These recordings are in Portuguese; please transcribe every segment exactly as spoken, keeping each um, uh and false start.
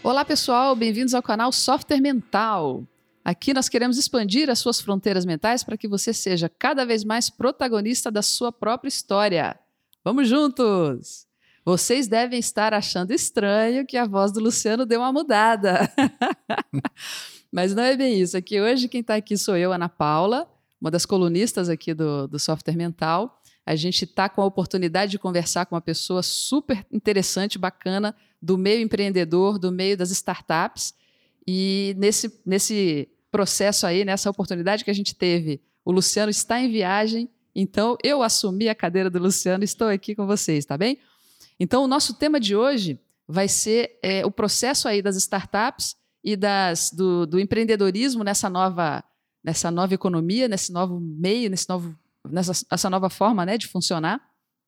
Olá pessoal, bem-vindos ao canal Software Mental. Aqui nós queremos expandir as suas fronteiras mentais para que você seja cada vez mais protagonista da sua própria história. Vamos juntos! Vocês devem estar achando estranho que a voz do Luciano deu uma mudada. Mas não é bem isso. Aqui hoje quem está aqui sou eu, Ana Paula, uma das colunistas aqui do, do Software Mental. A gente está com a oportunidade de conversar com uma pessoa super interessante, bacana, do meio empreendedor, do meio das startups. E nesse, nesse processo aí, nessa oportunidade que a gente teve, o Luciano está em viagem, então eu assumi a cadeira do Luciano e estou aqui com vocês, tá bem? Então o nosso tema de hoje vai ser é, o processo aí das startups e das, do, do empreendedorismo nessa nova, nessa nova economia, nesse novo meio, nesse novo, nessa essa nova forma, né, de funcionar.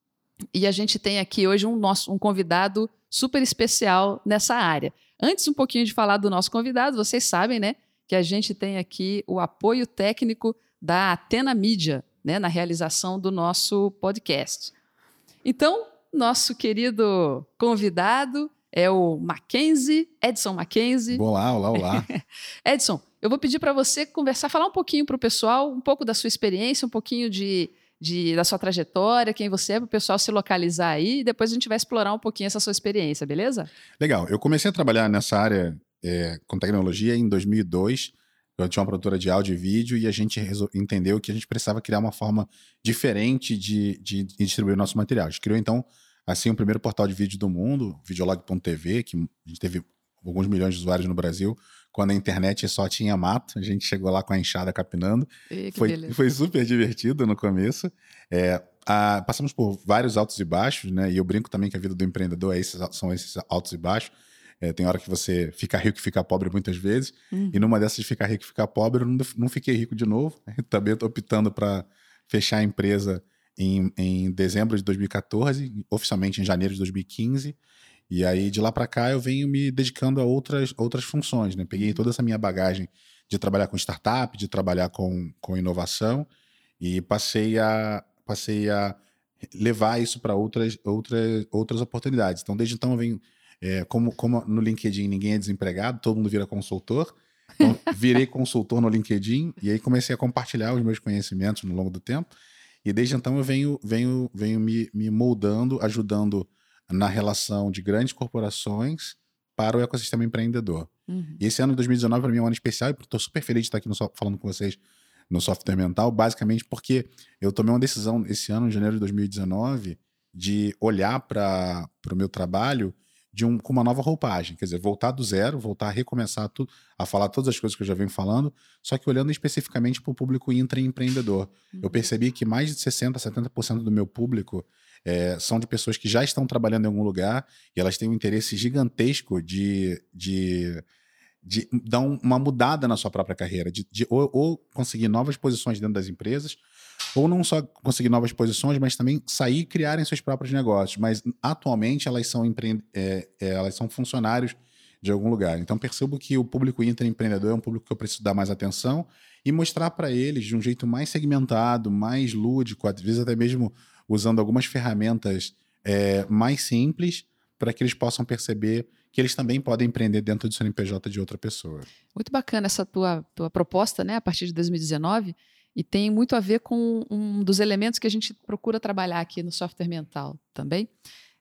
E a gente tem aqui hoje um, nosso, um convidado super especial nessa área. Antes um pouquinho de falar do nosso convidado, vocês sabem, né, que a gente tem aqui o apoio técnico da Atena Mídia, né, na realização do nosso podcast. Então, nosso querido convidado é o Mackenzie, Edson Mackenzie. Olá, olá, olá. Edson, eu vou pedir para você conversar, falar um pouquinho para o pessoal, um pouco da sua experiência, um pouquinho de, de, da sua trajetória, quem você é, para o pessoal se localizar aí, e depois a gente vai explorar um pouquinho essa sua experiência, beleza? Legal. Eu comecei a trabalhar nessa área é, com tecnologia em dois mil e dois. Eu tinha uma produtora de áudio e vídeo e a gente resol... entendeu que a gente precisava criar uma forma diferente de, de, de distribuir o nosso material. A gente criou, então, assim, o primeiro portal de vídeo do mundo, videolog ponto t v, que a gente teve alguns milhões de usuários no Brasil, quando a internet só tinha mato. A gente chegou lá com a enxada capinando. E, foi, foi super divertido no começo. É, a, passamos por vários altos e baixos, né? E eu brinco também que a vida do empreendedor é esses, são esses altos e baixos. É, tem hora que você fica rico e fica pobre muitas vezes. Uhum. E numa dessas de ficar rico e ficar pobre, eu não, não fiquei rico de novo. Também estou optando para fechar a empresa em, em dezembro de dois mil e catorze, oficialmente em janeiro de dois mil e quinze. E aí, de lá para cá, eu venho me dedicando a outras, outras funções, né? Peguei toda essa minha bagagem de trabalhar com startup, de trabalhar com, com inovação e passei a, passei a levar isso para outras, outras, outras oportunidades. Então, desde então, eu venho... É, como, como no LinkedIn ninguém é desempregado, todo mundo vira consultor. Então, virei consultor no LinkedIn e aí comecei a compartilhar os meus conhecimentos no longo do tempo. E desde então eu venho, venho, venho me, me moldando, ajudando na relação de grandes corporações para o ecossistema empreendedor. Uhum. E esse ano de dois mil e dezenove para mim é um ano especial e estou super feliz de estar aqui no, falando com vocês no Software Mental, basicamente porque eu tomei uma decisão esse ano, em janeiro de dois mil e dezenove, de olhar para o meu trabalho de um, com uma nova roupagem, quer dizer, voltar do zero, voltar a recomeçar tudo, a falar todas as coisas que eu já venho falando, só que olhando especificamente para o público intraempreendedor. Uhum. Eu percebi que mais de sessenta, setenta por cento do meu público é, são de pessoas que já estão trabalhando em algum lugar e elas têm um interesse gigantesco de, de, de dar um, uma mudada na sua própria carreira, de, de ou, ou conseguir novas posições dentro das empresas, ou não só conseguir novas posições, mas também sair e criarem seus próprios negócios. Mas atualmente elas são, empre... é, é, elas são funcionários de algum lugar. Então percebo que o público intraempreendedor é um público que eu preciso dar mais atenção e mostrar para eles de um jeito mais segmentado, mais lúdico, às vezes até mesmo usando algumas ferramentas é, mais simples para que eles possam perceber que eles também podem empreender dentro do C N P J de outra pessoa. Muito bacana essa tua, tua proposta, né, a partir de dois mil e dezenove. E tem muito a ver com um dos elementos que a gente procura trabalhar aqui no Software Mental também.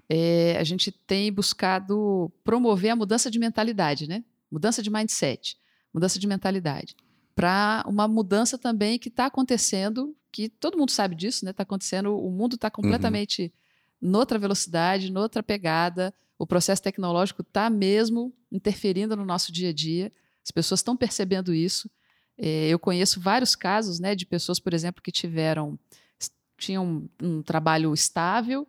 É, a gente tem buscado promover a mudança de mentalidade, né? Mudança de mindset, mudança de mentalidade. Para uma mudança também que está acontecendo, que todo mundo sabe disso, né? Está acontecendo, o mundo está completamente uhum. noutra velocidade, noutra pegada. O processo tecnológico está mesmo interferindo no nosso dia a dia. As pessoas estão percebendo isso. Eu conheço vários casos, né, de pessoas, por exemplo, que tiveram tinham um, um trabalho estável,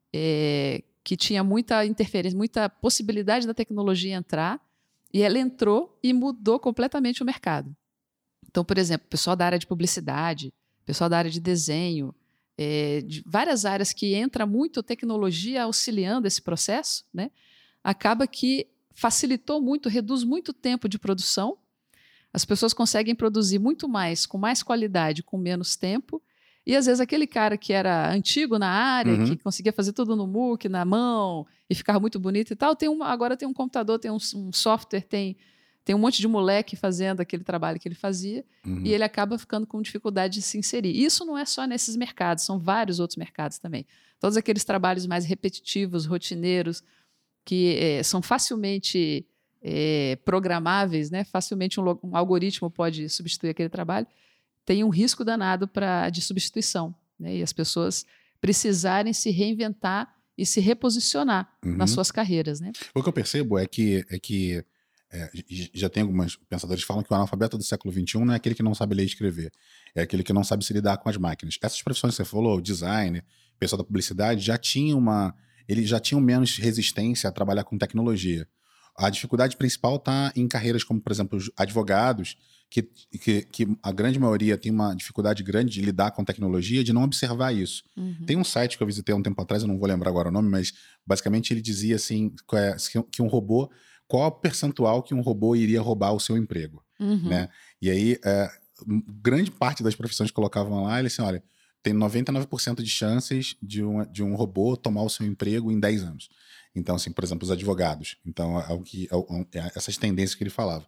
é, que tinha muita interferência, muita possibilidade da tecnologia entrar, e ela entrou e mudou completamente o mercado. Então, por exemplo, pessoal da área de publicidade, pessoal da área de desenho, é, de várias áreas que entra muito tecnologia auxiliando esse processo, né, acaba que facilitou muito, reduz muito o tempo de produção. As pessoas conseguem produzir muito mais, com mais qualidade, com menos tempo, E às vezes aquele cara que era antigo na área, Uhum. que conseguia fazer tudo no M O O C, na mão, e ficava muito bonito e tal, tem um, agora tem um computador, tem um, um software, tem, tem um monte de moleque fazendo aquele trabalho que ele fazia, Uhum. e ele acaba ficando com dificuldade de se inserir. E isso não é só nesses mercados, são vários outros mercados também. Todos aqueles trabalhos mais repetitivos, rotineiros, que é, são facilmente é, programáveis, né? Facilmente um, um algoritmo pode substituir aquele trabalho, tem um risco danado pra, de substituição, né? E as pessoas precisarem se reinventar e se reposicionar Uhum. nas suas carreiras, né? O que eu percebo é que, é que é, já tem alguns pensadores que falam que o analfabeto do século vinte e um não é aquele que não sabe ler e escrever, é aquele que não sabe se lidar com as máquinas. Essas profissões que você falou, design, pessoal da publicidade, já tinham uma, eles já tinham menos resistência a trabalhar com tecnologia. A dificuldade principal está em carreiras como, por exemplo, os advogados, que, que, que a grande maioria tem uma dificuldade grande de lidar com tecnologia, de não observar isso. Uhum. Tem um site que eu visitei há um tempo atrás, eu não vou lembrar agora o nome, mas basicamente ele dizia assim, que um robô, qual o percentual que um robô iria roubar o seu emprego, uhum. né? E aí, é, grande parte das profissões que colocavam lá, ele assim, olha, tem noventa e nove por cento de chances de um, de um robô tomar o seu emprego em dez anos. Então, assim, por exemplo, os advogados. Então, é o que, é, é essas tendências que ele falava.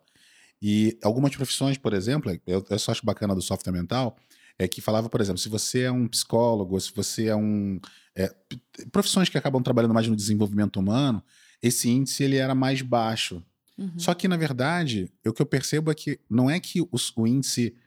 E algumas profissões, por exemplo, eu, eu só acho bacana do software mental, é que falava, por exemplo, se você é um psicólogo, se você é um... É, profissões que acabam trabalhando mais no desenvolvimento humano, esse índice ele era mais baixo. Uhum. Só que, na verdade, o que eu percebo é que não é que o, o índice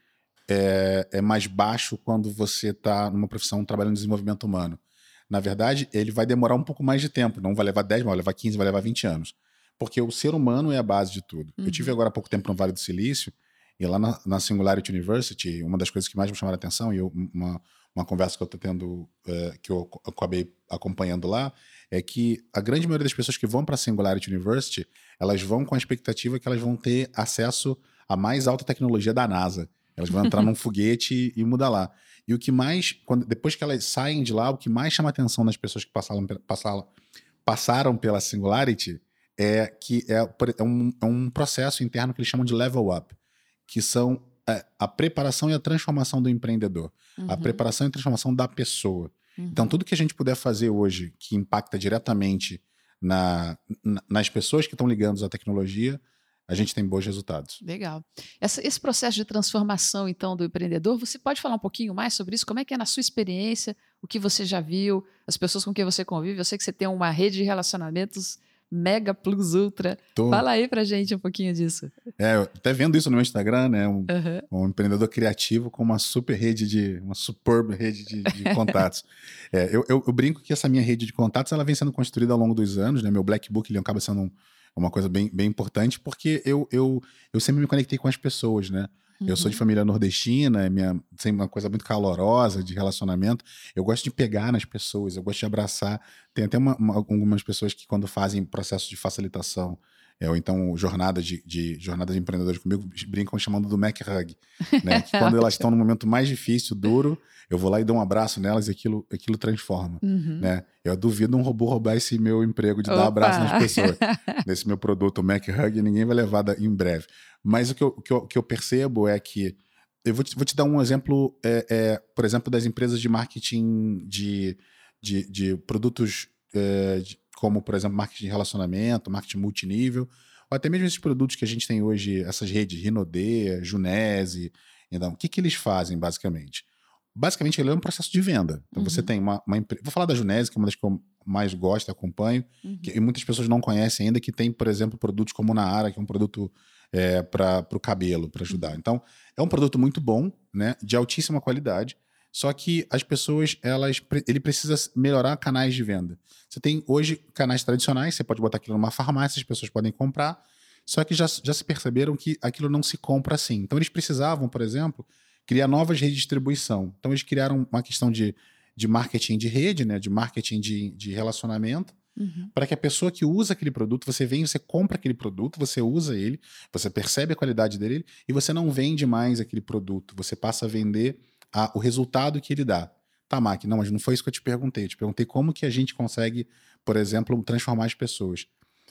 é, é mais baixo quando você está numa profissão trabalhando no desenvolvimento humano. Na verdade, ele vai demorar um pouco mais de tempo. Não vai levar dez, vai levar quinze, vai levar vinte anos. Porque o ser humano é a base de tudo. Uhum. Eu tive agora há pouco tempo no Vale do Silício, e lá na, na Singularity University, uma das coisas que mais me chamaram a atenção, e eu, uma, uma conversa que eu estou tendo, é, que eu acabei acompanhando lá, é que a grande maioria das pessoas que vão para a Singularity University, elas vão com a expectativa que elas vão ter acesso à mais alta tecnologia da NASA. Elas vão entrar num foguete e, e mudar lá. E o que mais, quando, depois que elas saem de lá, o que mais chama a atenção das pessoas que passaram, passaram, passaram pela Singularity é que é, é, um, é um processo interno que eles chamam de level up, que são a, a preparação e a transformação do empreendedor, uhum. a preparação e a transformação da pessoa. Uhum. Então, tudo que a gente puder fazer hoje que impacta diretamente na, na, nas pessoas que estão ligadas à tecnologia, a gente tem bons resultados. Legal. Essa, esse processo de transformação, então, do empreendedor, você pode falar um pouquinho mais sobre isso? Como é que é na sua experiência, o que você já viu, as pessoas com quem você convive? Eu sei que você tem uma rede de relacionamentos mega plus ultra. Tô... Fala aí pra gente um pouquinho disso. É, eu até vendo isso no meu Instagram, né? Um, uhum. um empreendedor criativo com uma super rede de, uma superb rede de, de contatos. É, eu, eu, eu brinco que essa minha rede de contatos, ela vem sendo construída ao longo dos anos, né? Meu Black Book, ele acaba sendo um, uma coisa bem, bem importante, porque eu, eu, eu sempre me conectei com as pessoas, né? Uhum. Eu sou de família nordestina, é minha, sempre uma coisa muito calorosa de relacionamento. Eu gosto de pegar nas pessoas, eu gosto de abraçar. Tem até uma, uma, algumas pessoas que, quando fazem processo de facilitação, é, ou então jornada de, de, jornada de empreendedores comigo, brincam chamando do Mac Hug. Né? Que quando elas estão no momento mais difícil, duro, eu vou lá e dou um abraço nelas e aquilo, aquilo transforma. Uhum. Né? Eu duvido um robô roubar esse meu emprego de Opa. dar abraço nas pessoas. Nesse meu produto, o Mac Hug, ninguém vai levar em breve. Mas o que eu, o que eu, o que eu percebo é que... Eu vou te, vou te dar um exemplo, é, é, por exemplo, das empresas de marketing de, de, de produtos... É, de, como, por exemplo, marketing de relacionamento, marketing multinível, ou até mesmo esses produtos que a gente tem hoje, essas redes, Rinode, Junese. Então, o que, que eles fazem, basicamente? Basicamente, ele é um processo de venda. Então, uhum. você tem uma, uma empresa... Vou falar da Junese, que é uma das que eu mais gosto, acompanho, uhum. que, e muitas pessoas não conhecem ainda, que tem, por exemplo, produtos como o Naara, que é um produto é, para o cabelo, para ajudar. Uhum. Então, é um produto muito bom, né, de altíssima qualidade, só que as pessoas, elas, ele precisa melhorar canais de venda. Você tem hoje canais tradicionais, você pode botar aquilo numa farmácia, as pessoas podem comprar, só que já, já se perceberam que aquilo não se compra assim. Então eles precisavam, por exemplo, criar novas redes de distribuição. Então eles criaram uma questão de, de marketing de rede, né, de marketing de, de relacionamento, uhum. para que a pessoa que usa aquele produto, você vem, você compra aquele produto, você usa ele, você percebe a qualidade dele e você não vende mais aquele produto, você passa a vender a, o resultado que ele dá. Tá, Mac, não, mas não foi isso que eu te perguntei. Eu te perguntei como que a gente consegue, por exemplo, transformar as pessoas.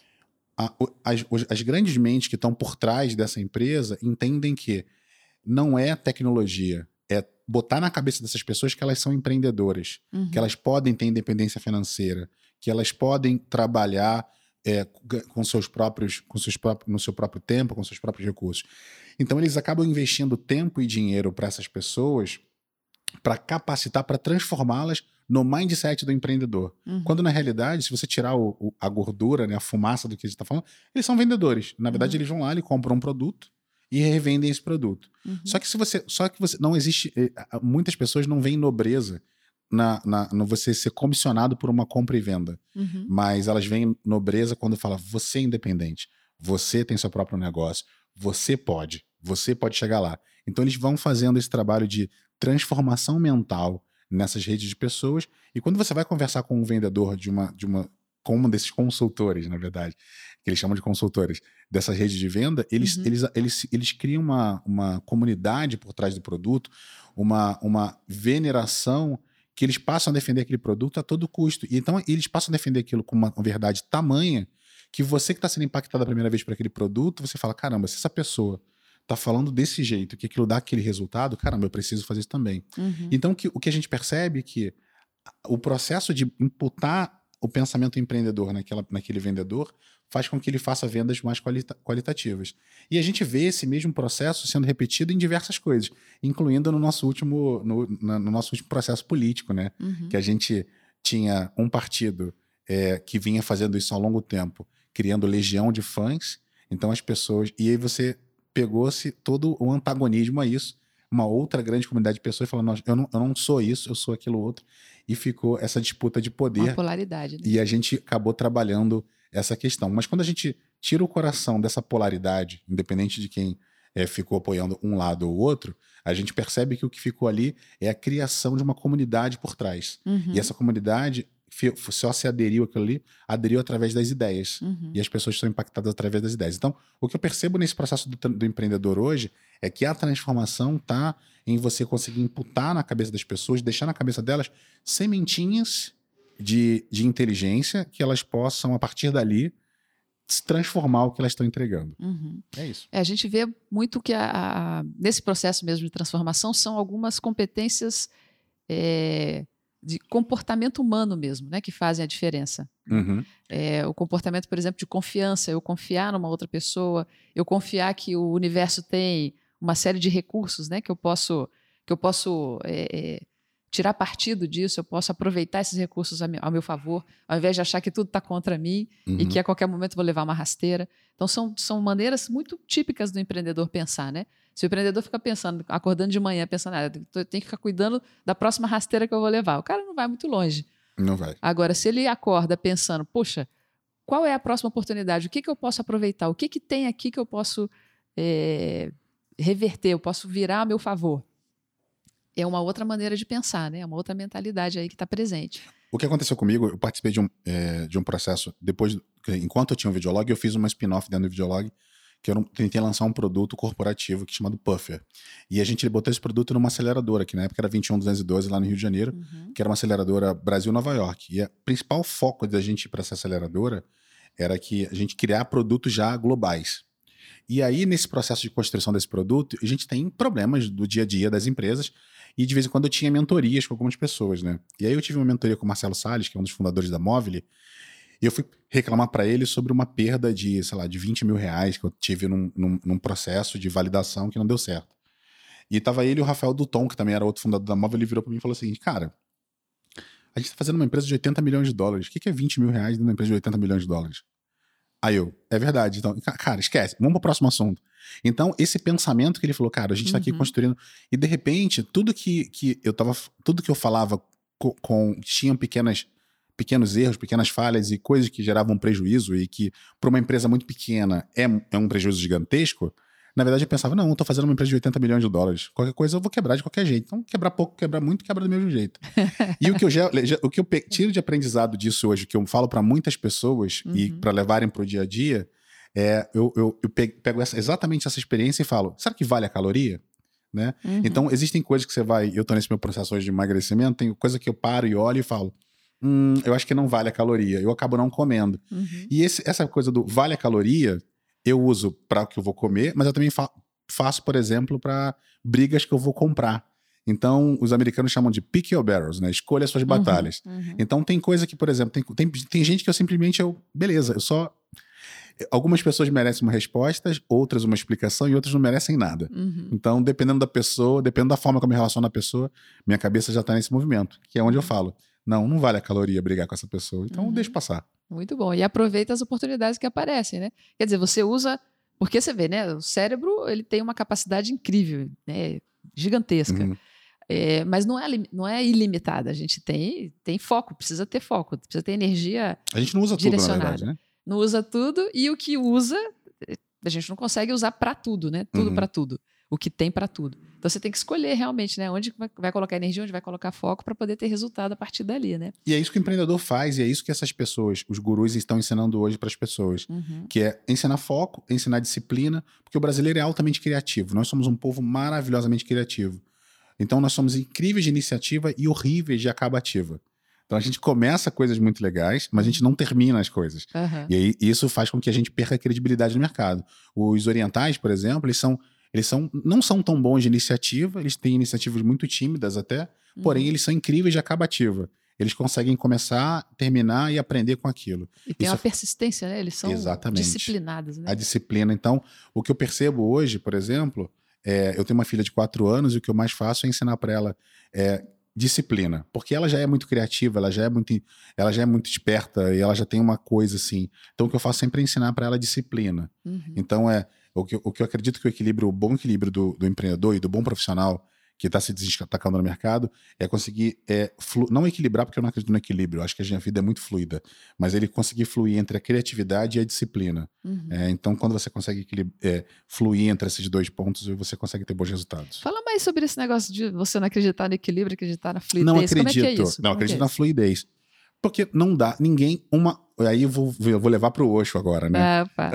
A, as, as grandes mentes que estão por trás dessa empresa entendem que não é tecnologia, é botar na cabeça dessas pessoas que elas são empreendedoras, Uhum. que elas podem ter independência financeira, que elas podem trabalhar é, com seus próprios, com seus próprios, no seu próprio tempo, com seus próprios recursos. Então, eles acabam investindo tempo e dinheiro para essas pessoas para capacitar, para transformá-las no mindset do empreendedor. Uhum. Quando, na realidade, se você tirar o, o, a gordura, né, a fumaça do que a gente está falando, eles são vendedores. Na verdade, Uhum. eles vão lá e compram um produto e revendem esse produto. Uhum. Só que se você, só que você não existe, muitas pessoas não veem nobreza na, na, no você ser comissionado por uma compra e venda, Uhum. mas elas veem nobreza quando fala você é independente, você tem seu próprio negócio, você pode, você pode chegar lá. Então eles vão fazendo esse trabalho de transformação mental nessas redes de pessoas, e quando você vai conversar com um vendedor de uma, de uma com um desses consultores, na verdade, que eles chamam de consultores, dessas redes de venda, eles, Uhum. eles, eles, eles criam uma, uma comunidade por trás do produto, uma, uma veneração que eles passam a defender aquele produto a todo custo. E então eles passam a defender aquilo com uma verdade tamanha que você que está sendo impactado a primeira vez por aquele produto, você fala, caramba, se essa pessoa está falando desse jeito, que aquilo dá aquele resultado, caramba, eu preciso fazer isso também. Uhum. Então que, o que a gente percebe é que o processo de imputar o pensamento empreendedor naquela, naquele vendedor faz com que ele faça vendas mais qualita, qualitativas. E a gente vê esse mesmo processo sendo repetido em diversas coisas, incluindo no nosso último, no, na, no nosso último processo político, né? Uhum. Que a gente tinha um partido é, que vinha fazendo isso ao longo tempo, criando legião de fãs, então as pessoas... E aí você pegou-se todo o antagonismo a isso, uma outra grande comunidade de pessoas falando, eu não, eu não sou isso, eu sou aquilo outro, e ficou essa disputa de poder. Uma polaridade, né? E a gente acabou trabalhando essa questão. Mas quando a gente tira o coração dessa polaridade, independente de quem é, ficou apoiando um lado ou outro, a gente percebe que o que ficou ali é a criação de uma comunidade por trás. Uhum. E essa comunidade só se aderiu àquilo ali, aderiu através das ideias. Uhum. E as pessoas são impactadas através das ideias. Então, o que eu percebo nesse processo do, do empreendedor hoje é que a transformação está em você conseguir imputar na cabeça das pessoas, deixar na cabeça delas sementinhas de, de inteligência que elas possam, a partir dali, se transformar o que elas estão entregando. Uhum. É isso. É, a gente vê muito que a, a, nesse processo mesmo de transformação são algumas competências é, de comportamento humano mesmo, né, que fazem a diferença. Uhum. É, o comportamento, por exemplo, de confiança, eu confiar numa outra pessoa, eu confiar que o universo tem uma série de recursos, né, que eu posso, que eu posso é, é, tirar partido disso, eu posso aproveitar esses recursos ao meu, ao meu favor, ao invés de achar que tudo está contra mim Uhum. e que a qualquer momento vou levar uma rasteira. Então, são, são maneiras muito típicas do empreendedor pensar, né? Se o empreendedor fica pensando, acordando de manhã, pensando, ah, eu tenho que ficar cuidando da próxima rasteira que eu vou levar, o cara não vai muito longe. Não vai. Agora, se ele acorda pensando, poxa, qual é a próxima oportunidade? O que, que eu posso aproveitar? O que, que tem aqui que eu posso é, reverter? Eu posso virar a meu favor? É uma outra maneira de pensar, né? É uma outra mentalidade aí que está presente. O que aconteceu comigo, eu participei de um, é, de um processo, depois, enquanto eu tinha um videolog, eu fiz uma spin-off dentro do videolog, que eu tentei lançar um produto corporativo que é chamado Puffer. E a gente botou esse produto numa aceleradora, que na época era vinte e um duzentos e doze lá no Rio de Janeiro, uhum. que era uma aceleradora Brasil-Nova York. E o principal foco da gente ir para essa aceleradora era que a gente criar produtos já globais. E aí, nesse processo de construção desse produto, a gente tem problemas do dia a dia das empresas, e de vez em quando eu tinha mentorias com algumas pessoas, né? E aí eu tive uma mentoria com o Marcelo Salles, que é um dos fundadores da Movile, e eu fui reclamar para ele sobre uma perda de, sei lá, de vinte mil reais que eu tive num, num, num processo de validação que não deu certo. E tava ele e o Rafael Duton, que também era outro fundador da Movile, ele virou para mim e falou o seguinte, cara, a gente tá fazendo uma empresa de oitenta milhões de dólares. O que, que é vinte mil reais numa empresa de oitenta milhões de dólares? Aí eu, é verdade. Então, cara, esquece, vamos pro próximo assunto. Então, esse pensamento que ele falou, cara, a gente uhum. tá aqui construindo. E de repente, tudo que, que eu tava. Tudo que eu falava com. com tinham pequenas, pequenos erros, pequenas falhas e coisas que geravam prejuízo, e que, para uma empresa muito pequena, é, é um prejuízo gigantesco. Na verdade, eu pensava, não, eu tô fazendo uma empresa de oitenta milhões de dólares. Qualquer coisa eu vou quebrar de qualquer jeito. Então, quebrar pouco, quebrar muito, quebra do mesmo jeito. E o que eu, já, o que eu tiro de aprendizado disso hoje, que eu falo para muitas pessoas uhum. e para levarem pro dia a dia, é, eu, eu, eu pego essa, exatamente essa experiência e falo, será que vale a caloria? Né? Uhum. Então, existem coisas que você vai... Eu tô nesse meu processo hoje de emagrecimento, tem coisa que eu paro e olho e falo, hum, eu acho que não vale a caloria. Eu acabo não comendo. Uhum. E esse, essa coisa do vale a caloria... eu uso para o que eu vou comer, mas eu também fa- faço, por exemplo, para brigas que eu vou comprar. Então, os americanos chamam de pick your battles, né? Escolha as suas Uhum, batalhas. uhum. Então, tem coisa que, por exemplo, tem, tem, tem gente que eu simplesmente, eu, beleza, eu só... Algumas pessoas merecem uma resposta, outras uma explicação e outras não merecem nada. Uhum. Então, dependendo da pessoa, dependendo da forma como eu me relaciono à pessoa, minha cabeça já tá nesse movimento, que é onde eu falo, não, não vale a caloria brigar com essa pessoa, então Uhum. deixa passar. Muito bom. E aproveita as oportunidades que aparecem, né? Quer dizer, você usa... Porque você vê, né? O cérebro, ele tem uma capacidade incrível, né? Gigantesca. Uhum. É, mas não é, lim- não é ilimitada. A gente tem, tem foco, precisa ter foco, precisa ter energia A gente não usa tudo, na direcionada. verdade, né? Não usa tudo e o que usa, a gente não consegue usar para tudo, né? Tudo Uhum. para tudo. O que tem para tudo. Então você tem que escolher realmente, né? Onde vai, vai colocar energia, onde vai colocar foco para poder ter resultado a partir dali, né? E é isso que o empreendedor faz, e é isso que essas pessoas, os gurus, estão ensinando hoje para as pessoas. Uhum. Que é ensinar foco, ensinar disciplina, porque o brasileiro é altamente criativo. Nós somos um povo maravilhosamente criativo. Então nós somos incríveis de iniciativa e horríveis de acabativa. Então a gente começa coisas muito legais, mas a gente não termina as coisas. Uhum. E aí isso faz com que a gente perca a credibilidade no mercado. Os orientais, por exemplo, eles são, eles são, não são tão bons de iniciativa, eles têm iniciativas muito tímidas até, porém Uhum. eles são incríveis de acabativa. Eles conseguem começar, terminar e aprender com aquilo. E tem Isso uma persistência, né? Eles são Exatamente. disciplinados, né? A disciplina. Então, o que eu percebo hoje, por exemplo, é, eu tenho uma filha de quatro anos e o que eu mais faço é ensinar para ela é, disciplina, porque ela já é muito criativa, ela já é muito, ela já é muito esperta e ela já tem uma coisa assim. Então, o que eu faço sempre é ensinar para ela disciplina. Uhum. Então, é o que, o que eu acredito que o equilíbrio, o bom equilíbrio do, do empreendedor e do bom profissional que está se destacando no mercado, é conseguir, é, flu, não equilibrar, porque eu não acredito no equilíbrio, eu acho que a minha vida é muito fluida, mas ele conseguir fluir entre a criatividade e a disciplina. Uhum. É, então, quando você consegue é, fluir entre esses dois pontos, você consegue ter bons resultados. Fala mais sobre esse negócio de você não acreditar no equilíbrio, acreditar na fluidez. Não acredito. Como é que é isso? Não, Como acredito é na isso? fluidez. Porque não dá, ninguém, uma... Aí eu vou, eu vou levar para o Osho agora, né? Opa.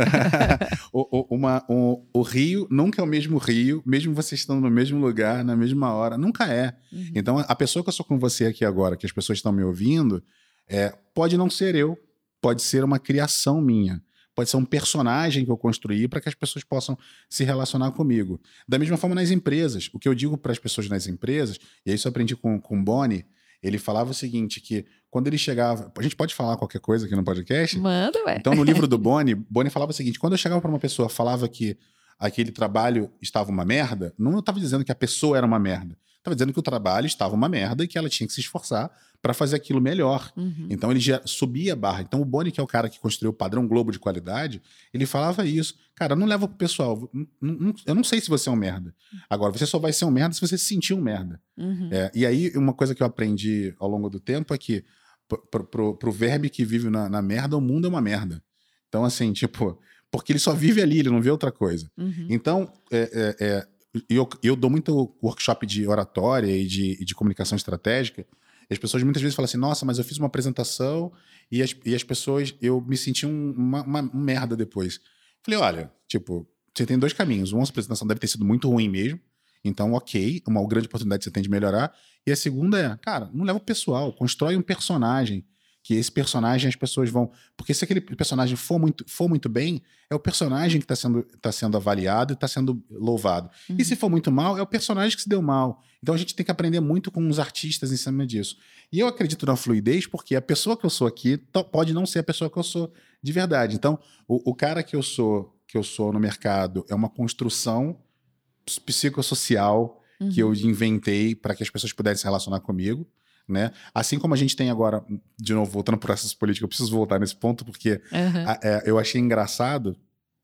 o, o, uma, o, o rio nunca é o mesmo rio, mesmo vocês estando no mesmo lugar, na mesma hora, nunca é. Uhum. Então, a pessoa que eu sou com você aqui agora, que as pessoas estão me ouvindo, é, pode não ser eu, pode ser uma criação minha, pode ser um personagem que eu construí para que as pessoas possam se relacionar comigo. Da mesma forma nas empresas, o que eu digo para as pessoas nas empresas, e isso eu aprendi com, com o Boni, ele falava o seguinte, que quando ele chegava... A gente pode falar qualquer coisa aqui no podcast? Manda, ué. Então, no livro do Boni, Boni falava o seguinte, quando eu chegava para uma pessoa falava que aquele trabalho estava uma merda, não eu estava dizendo que a pessoa era uma merda. Estava dizendo que o trabalho estava uma merda e que ela tinha que se esforçar para fazer aquilo melhor. Uhum. Então, ele já subia a barra. Então, o Boni, que é o cara que construiu o padrão Globo de qualidade, ele falava isso. Cara, não leva pro pessoal. Eu não sei se você é um merda. Agora, você só vai ser um merda se você se sentir um merda. Uhum. É, e aí, uma coisa que eu aprendi ao longo do tempo é que pro, pro, pro verme que vive na, na merda, o mundo é uma merda. Então, assim, tipo... Porque ele só vive ali, ele não vê outra coisa. Uhum. Então, é, é, é, eu, eu dou muito workshop de oratória e de, e de comunicação estratégica, e as pessoas muitas vezes falam assim, nossa, mas eu fiz uma apresentação e as, e as pessoas, eu me senti um, uma, uma, um merda depois. Falei, olha, tipo, você tem dois caminhos. Uma, a apresentação deve ter sido muito ruim mesmo, então, ok, uma grande oportunidade que você tem de melhorar. E a segunda é, cara, não leva o pessoal, constrói um personagem, que esse personagem as pessoas vão... Porque se aquele personagem for muito, for muito bem, é o personagem que está sendo, tá sendo avaliado e está sendo louvado. Uhum. E se for muito mal, é o personagem que se deu mal. Então a gente tem que aprender muito com os artistas em cima disso. E eu acredito na fluidez porque a pessoa que eu sou aqui pode não ser a pessoa que eu sou de verdade. Então o, o cara que eu sou, que eu sou no mercado é uma construção psicossocial uhum. que eu inventei para que as pessoas pudessem se relacionar comigo. Né? Assim como a gente tem agora, de novo, voltando para o processo político, eu preciso voltar nesse ponto, porque uhum. a, é, eu achei engraçado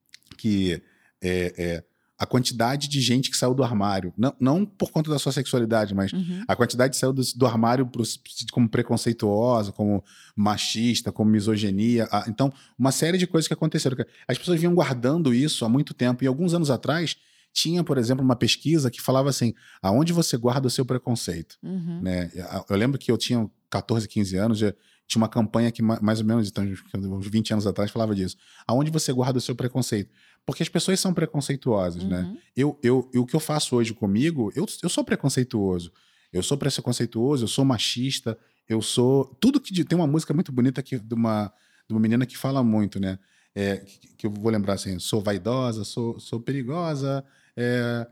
que é, é, a quantidade de gente que saiu do armário, não, não por conta da sua sexualidade, mas uhum. a quantidade que saiu do, do armário pro, como preconceituosa, como machista, como misoginia. A, então, uma série de coisas que aconteceram. As pessoas vinham guardando isso há muito tempo, e alguns anos atrás tinha, por exemplo, uma pesquisa que falava assim, aonde você guarda o seu preconceito? Uhum. Né? Eu lembro que eu tinha catorze, quinze anos, já tinha uma campanha que mais ou menos, então, uns vinte anos atrás, falava disso. Aonde você guarda o seu preconceito? Porque as pessoas são preconceituosas, uhum. né? Eu, eu, eu, o que eu faço hoje comigo, eu, eu sou preconceituoso. Eu sou preconceituoso, eu sou machista, eu sou... Tudo que... Tem uma música muito bonita aqui de uma, de uma menina que fala muito, né? É, que, que eu vou lembrar assim, sou vaidosa, sou, sou perigosa... É,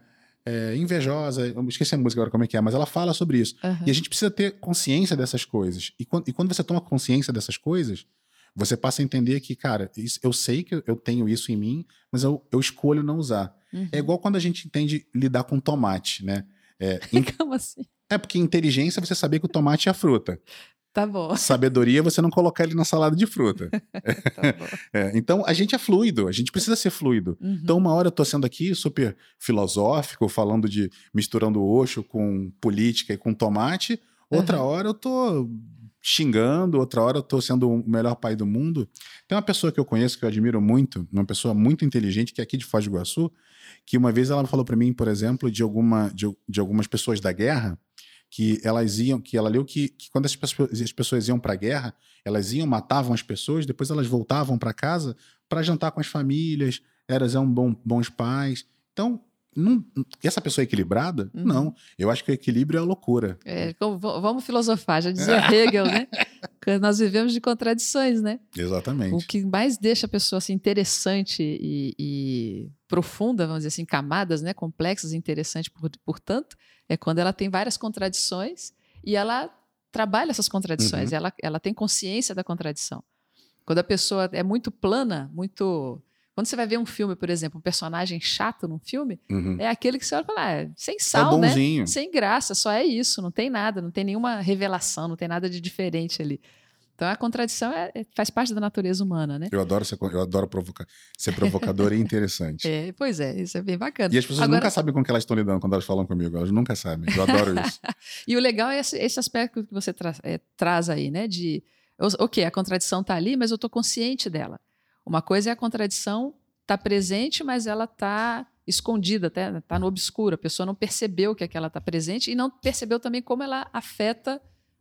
é, invejosa, eu esqueci a música agora como é que é, mas ela fala sobre isso. Uhum. E a gente precisa ter consciência dessas coisas. E quando, e quando você toma consciência dessas coisas, você passa a entender que, cara, isso, eu sei que eu tenho isso em mim, mas eu, eu escolho não usar. Uhum. É igual quando a gente entende lidar com tomate, né? É, in... Como assim? é porque inteligência é você saber que o tomate é a fruta. Tá bom. Sabedoria é você não colocar ele na salada de fruta. Tá bom. É, então, a gente é fluido, a gente precisa ser fluido. Uhum. Então, uma hora eu tô sendo aqui super filosófico, falando de misturando Osho com política e com tomate. Outra Uhum. hora eu tô xingando, outra hora eu tô sendo o melhor pai do mundo. Tem uma pessoa que eu conheço, que eu admiro muito, uma pessoa muito inteligente, que é aqui de Foz do Iguaçu, que uma vez ela falou para mim, por exemplo, de, alguma, de, de algumas pessoas da guerra, que elas iam, que ela leu que, que quando as pessoas, as pessoas iam para a guerra, elas iam, matavam as pessoas, depois elas voltavam para casa para jantar com as famílias, elas eram bom, bons pais. Então, não, essa pessoa é equilibrada? Uhum. Não. Eu acho que o equilíbrio é a loucura. É, como, vamos filosofar, já dizia Hegel, né? Que nós vivemos de contradições, né? Exatamente. O que mais deixa a pessoa assim, interessante e, e profunda, vamos dizer assim, camadas, né, complexas e interessantes, por, portanto, é quando ela tem várias contradições e ela trabalha essas contradições, Uhum. ela, ela tem consciência da contradição. Quando a pessoa é muito plana, muito... Quando você vai ver um filme, por exemplo, um personagem chato num filme, Uhum. é aquele que você olha e fala, ah, é sem É o sal, né? bonzinho. Sem graça, só é isso, não tem nada, não tem nenhuma revelação, não tem nada de diferente ali. Então a contradição é, é, faz parte da natureza humana, né? Eu adoro ser, eu adoro provocar, ser provocador e interessante. É, pois é, isso é bem bacana. E as pessoas Agora, nunca sabem com que elas estão lidando quando elas falam comigo. Elas nunca sabem. Eu adoro isso. E o legal é esse, esse aspecto que você tra é, traz aí, né? De, ok, a contradição está ali, mas eu estou consciente dela. Uma coisa é a contradição estar tá presente, mas ela está escondida, está tá no obscuro. A pessoa não percebeu que aquela está presente e não percebeu também como ela afeta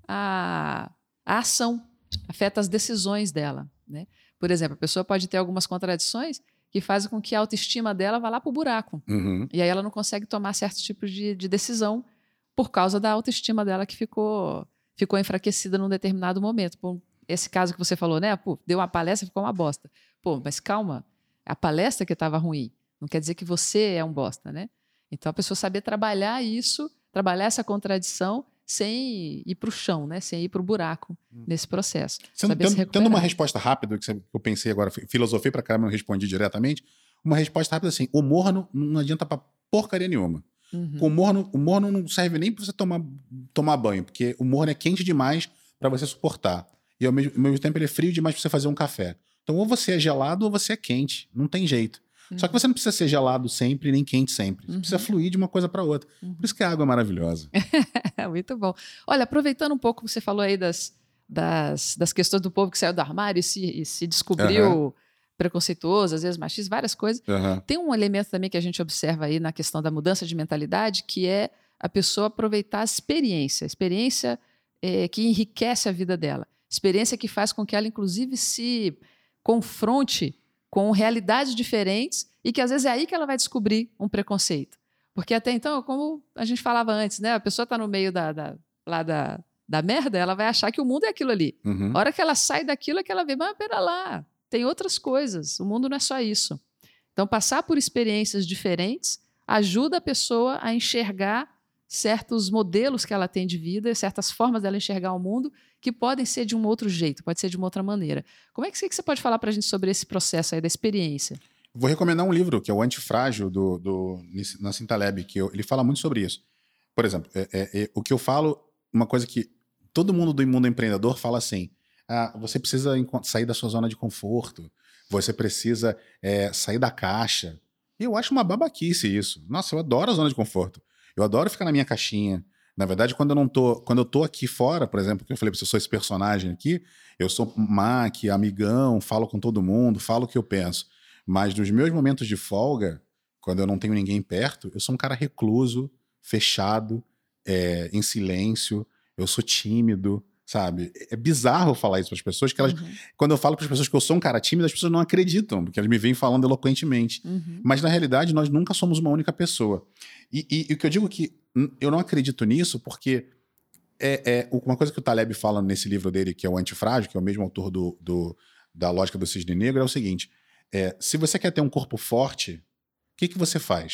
a, a ação, afeta as decisões dela, né? Por exemplo, a pessoa pode ter algumas contradições que fazem com que a autoestima dela vá lá para o buraco. Uhum. E aí ela não consegue tomar certos tipos de, de decisão por causa da autoestima dela que ficou, ficou enfraquecida num determinado momento. Por esse caso que você falou, né? Pô, deu uma palestra e ficou uma bosta. Pô, mas calma, a palestra que estava ruim não quer dizer que você é um bosta, né? Então a pessoa saber trabalhar isso, trabalhar essa contradição sem ir para o chão, né? Sem ir para o buraco nesse processo. Você, Saber se tendo, recuperar. tendo uma resposta rápida, que você- que eu pensei agora, filosofei pra caramba, não respondi diretamente, uma resposta rápida assim, o morro não, não adianta pra porcaria nenhuma. Uhum. O morno, o morno não serve nem pra você tomar, tomar banho, porque o morno é quente demais pra você suportar. E ao mesmo, ao mesmo tempo ele é frio demais pra você fazer um café. Então ou você é gelado ou você é quente. Não tem jeito. Uhum. Só que você não precisa ser gelado sempre, nem quente sempre. Você Uhum. precisa fluir de uma coisa pra outra. Uhum. Por isso que a água é maravilhosa. Muito bom. Olha, aproveitando um pouco, você falou aí das, das, das questões do povo que saiu do armário e se, e se descobriu Uhum. preconceituoso, às vezes machista, várias coisas. Uhum. Tem um elemento também que a gente observa aí na questão da mudança de mentalidade, que é a pessoa aproveitar a experiência, a experiência é, que enriquece a vida dela, experiência que faz com que ela, inclusive, se confronte com realidades diferentes e que, às vezes, é aí que ela vai descobrir um preconceito. Porque até então, como a gente falava antes, né, a pessoa está no meio da, da, lá da, da merda, ela vai achar que o mundo é aquilo ali. Uhum. A hora que ela sai daquilo é que ela vê, mas pera lá, tem outras coisas, o mundo não é só isso. Então, passar por experiências diferentes ajuda a pessoa a enxergar certos modelos que ela tem de vida, certas formas dela enxergar o mundo, que podem ser de um outro jeito, pode ser de uma outra maneira. Como é que você pode falar para a gente sobre esse processo aí da experiência? Vou recomendar um livro, que é o Antifrágil, do, do Nassim Taleb, que eu, ele fala muito sobre isso. Por exemplo, é, é, é, o que eu falo, uma coisa que todo mundo do mundo empreendedor fala assim, ah, você precisa sair da sua zona de conforto, você precisa é, sair da caixa. E eu acho uma babaquice isso. Nossa, eu adoro a zona de conforto. Eu adoro ficar na minha caixinha. Na verdade, quando eu não tô, quando eu tô aqui fora, por exemplo, que eu falei pra você, eu sou esse personagem aqui, eu sou Mac, amigão, falo com todo mundo, falo o que eu penso. Mas nos meus momentos de folga, quando eu não tenho ninguém perto, eu sou um cara recluso, fechado, é, em silêncio, eu sou tímido, sabe? É bizarro falar isso para as pessoas, que elas, Uhum. quando eu falo para as pessoas que eu sou um cara tímido, as pessoas não acreditam, porque elas me vêm falando eloquentemente. Uhum. Mas, na realidade, nós nunca somos uma única pessoa. E, e, e o que eu digo é que eu não acredito nisso porque é, é, uma coisa que o Taleb fala nesse livro dele, que é o Antifrágil, que é o mesmo autor do, do, da Lógica do Cisne Negro, é o seguinte, é, se você quer ter um corpo forte, o que, que você faz?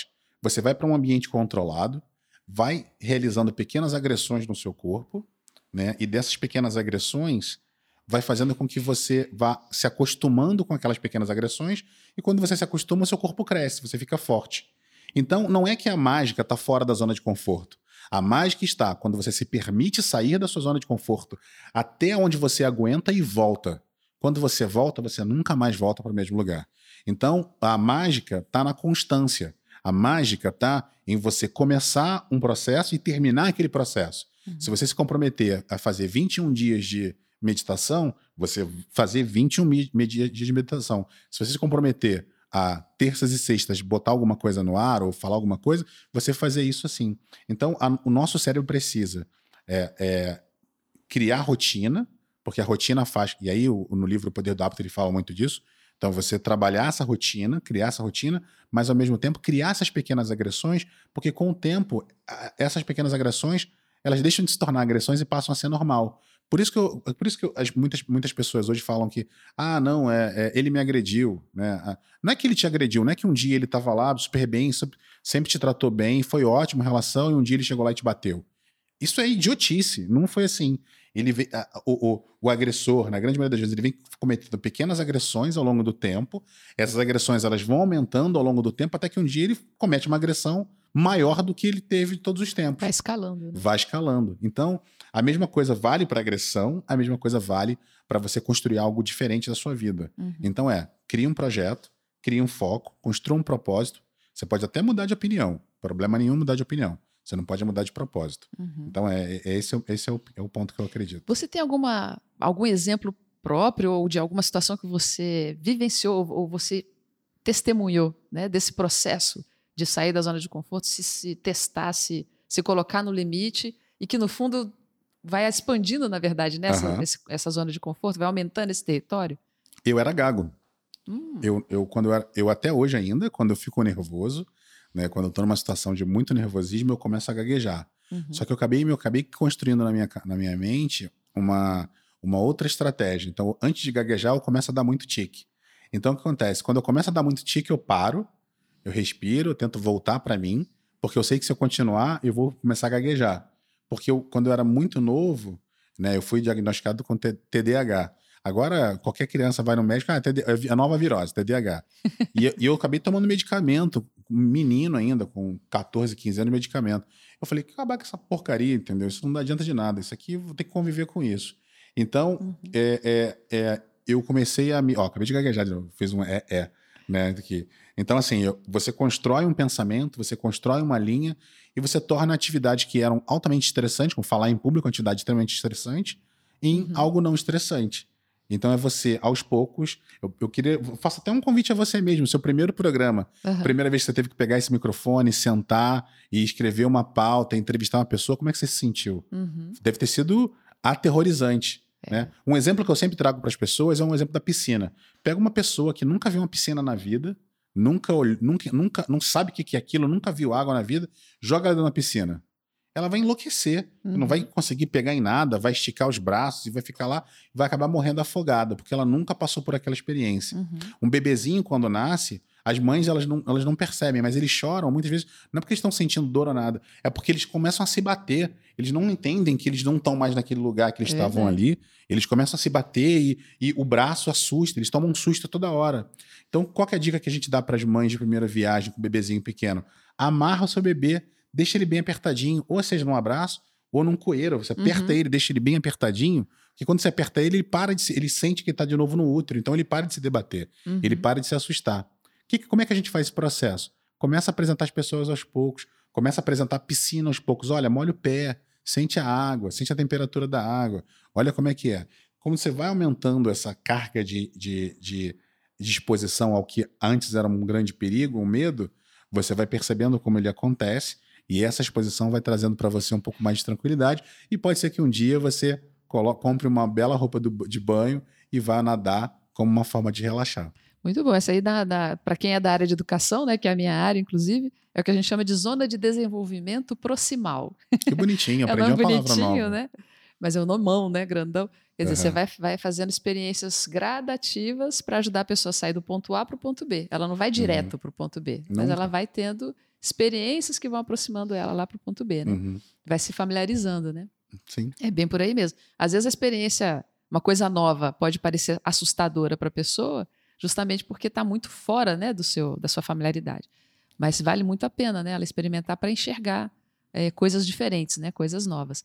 você vai para um ambiente controlado, vai realizando pequenas agressões no seu corpo, né? E dessas pequenas agressões vai fazendo com que você vá se acostumando com aquelas pequenas agressões, e quando você se acostuma, o seu corpo cresce, você fica forte. Então, não é que a mágica está fora da zona de conforto. A mágica está quando você se permite sair da sua zona de conforto até onde você aguenta e volta. Quando você volta, você nunca mais volta para o mesmo lugar. Então, a mágica está na constância. A mágica está em você começar um processo e terminar aquele processo. Uhum. Se você se comprometer a fazer vinte e um dias de meditação, você fazer vinte e um dias de meditação. Se você se comprometer a terças e sextas botar alguma coisa no ar ou falar alguma coisa, você fazer isso assim. Então, a, o nosso cérebro precisa é, é, criar rotina, porque a rotina faz... E aí, o, no livro O Poder do Hábito, ele fala muito disso. Então, você trabalhar essa rotina, criar essa rotina, mas, ao mesmo tempo, criar essas pequenas agressões, porque, com o tempo, essas pequenas agressões, elas deixam de se tornar agressões e passam a ser normal. Por isso que, eu, por isso que eu, as, muitas, muitas pessoas hoje falam que ah, não, é, é, ele me agrediu. Né? Não é que ele te agrediu, não é que um dia ele estava lá super bem, super, sempre te tratou bem, foi ótima a relação, e um dia ele chegou lá e te bateu. Isso é idiotice, não foi assim. Ele vem, a, o, o, o agressor, na grande maioria das vezes, ele vem cometendo pequenas agressões ao longo do tempo. Essas agressões elas vão aumentando ao longo do tempo até que um dia ele comete uma agressão maior do que ele teve todos os tempos. Vai escalando. Né? Vai escalando. Então, a mesma coisa vale para agressão, a mesma coisa vale para você construir algo diferente da sua vida. Uhum. Então é, cria um projeto, cria um foco, construa um propósito. Você pode até mudar de opinião. Problema nenhum mudar de opinião. Você não pode mudar de propósito. Uhum. Então, é, é, esse, é, esse é, o, é o ponto que eu acredito. Você tem alguma, algum exemplo próprio ou de alguma situação que você vivenciou ou você testemunhou, né, desse processo de sair da zona de conforto, se, se testar, se, se colocar no limite e que, no fundo, vai expandindo, na verdade, nessa uhum. esse, essa zona de conforto, vai aumentando esse território? Eu era gago. Hum. Eu, eu, quando eu, era, eu até hoje ainda, quando eu fico nervoso, né, quando eu estou numa situação de muito nervosismo, eu começo a gaguejar. Uhum. Só que eu acabei, eu acabei construindo na minha, na minha mente uma, uma outra estratégia. Então, antes de gaguejar, eu começo a dar muito tique. Então, o que acontece? Quando eu começo a dar muito tique, eu paro, eu respiro, eu tento voltar para mim, porque eu sei que se eu continuar, eu vou começar a gaguejar. Porque eu, quando eu era muito novo, né, eu fui diagnosticado com T D A H. Agora, qualquer criança vai no médico, ah, é a nova virose, T D A H. e, eu, e eu acabei tomando medicamento, menino ainda, com catorze, quinze anos, medicamento. Eu falei, que acabar com essa porcaria, entendeu? Isso não adianta de nada, isso aqui eu vou ter que conviver com isso. Então, uhum. é, é, é, eu comecei a me... Ó, acabei de gaguejar de novo, fiz um é, é, né, aqui. Então, assim, eu, você constrói um pensamento, você constrói uma linha e você torna atividades que eram altamente estressantes, como falar em público, uma atividade extremamente estressante, em uhum. algo não estressante. Então é você, aos poucos, eu, eu queria, eu faço até um convite a você mesmo, seu primeiro programa, uhum. primeira vez que você teve que pegar esse microfone, sentar e escrever uma pauta, entrevistar uma pessoa, como é que você se sentiu? Uhum. Deve ter sido aterrorizante. É. Né? Um exemplo que eu sempre trago para as pessoas é um exemplo da piscina. Pega uma pessoa que nunca viu uma piscina na vida, nunca, nunca, nunca não sabe o que é aquilo, nunca viu água na vida, joga ela na piscina. Ela vai enlouquecer, uhum. não vai conseguir pegar em nada, vai esticar os braços e vai ficar lá, vai acabar morrendo afogada, porque ela nunca passou por aquela experiência. Uhum. Um bebezinho, quando nasce, as mães elas não, elas não percebem, mas eles choram muitas vezes, não é porque eles estão sentindo dor ou nada, é porque eles começam a se bater, eles não entendem que eles não estão mais naquele lugar que eles é, estavam é. ali, eles começam a se bater e, e o braço assusta, eles tomam um susto toda hora. Então, qual que é a dica que a gente dá para as mães de primeira viagem com o bebezinho pequeno? Amarra o seu bebê, deixa ele bem apertadinho, ou seja, num abraço, ou num coeiro. Você aperta uhum. ele, deixa ele bem apertadinho, porque quando você aperta ele, ele para de se, ele sente que está de novo no útero, então ele para de se debater, uhum. ele para de se assustar. Que, como é que a gente faz esse processo? Começa a apresentar as pessoas aos poucos, começa a apresentar a piscina aos poucos. Olha, molha o pé, sente a água, sente a temperatura da água, olha como é que é. Como você vai aumentando essa carga de, de, de, de exposição ao que antes era um grande perigo, um medo, você vai percebendo como ele acontece. E essa exposição vai trazendo para você um pouco mais de tranquilidade. E pode ser que um dia você coloque, compre uma bela roupa do, de banho e vá nadar como uma forma de relaxar. Muito bom. Essa aí, para quem é da área de educação, né, que é a minha área, inclusive, é o que a gente chama de zona de desenvolvimento proximal. Que bonitinho, aprendi é um uma palavra nova. Né? Mas é um nomão, né, grandão. Quer dizer, Uhum. você vai, vai fazendo experiências gradativas para ajudar a pessoa a sair do ponto A para o ponto B. Ela não vai direto uhum. para o ponto B, mas Nunca. ela vai tendo experiências que vão aproximando ela lá para o ponto B, né? Uhum. Vai se familiarizando, né? Sim. É bem por aí mesmo. Às vezes a experiência, uma coisa nova, pode parecer assustadora para a pessoa, justamente porque está muito fora, né, do seu, da sua familiaridade. Mas vale muito a pena, né, ela experimentar para enxergar é, coisas diferentes, né, coisas novas.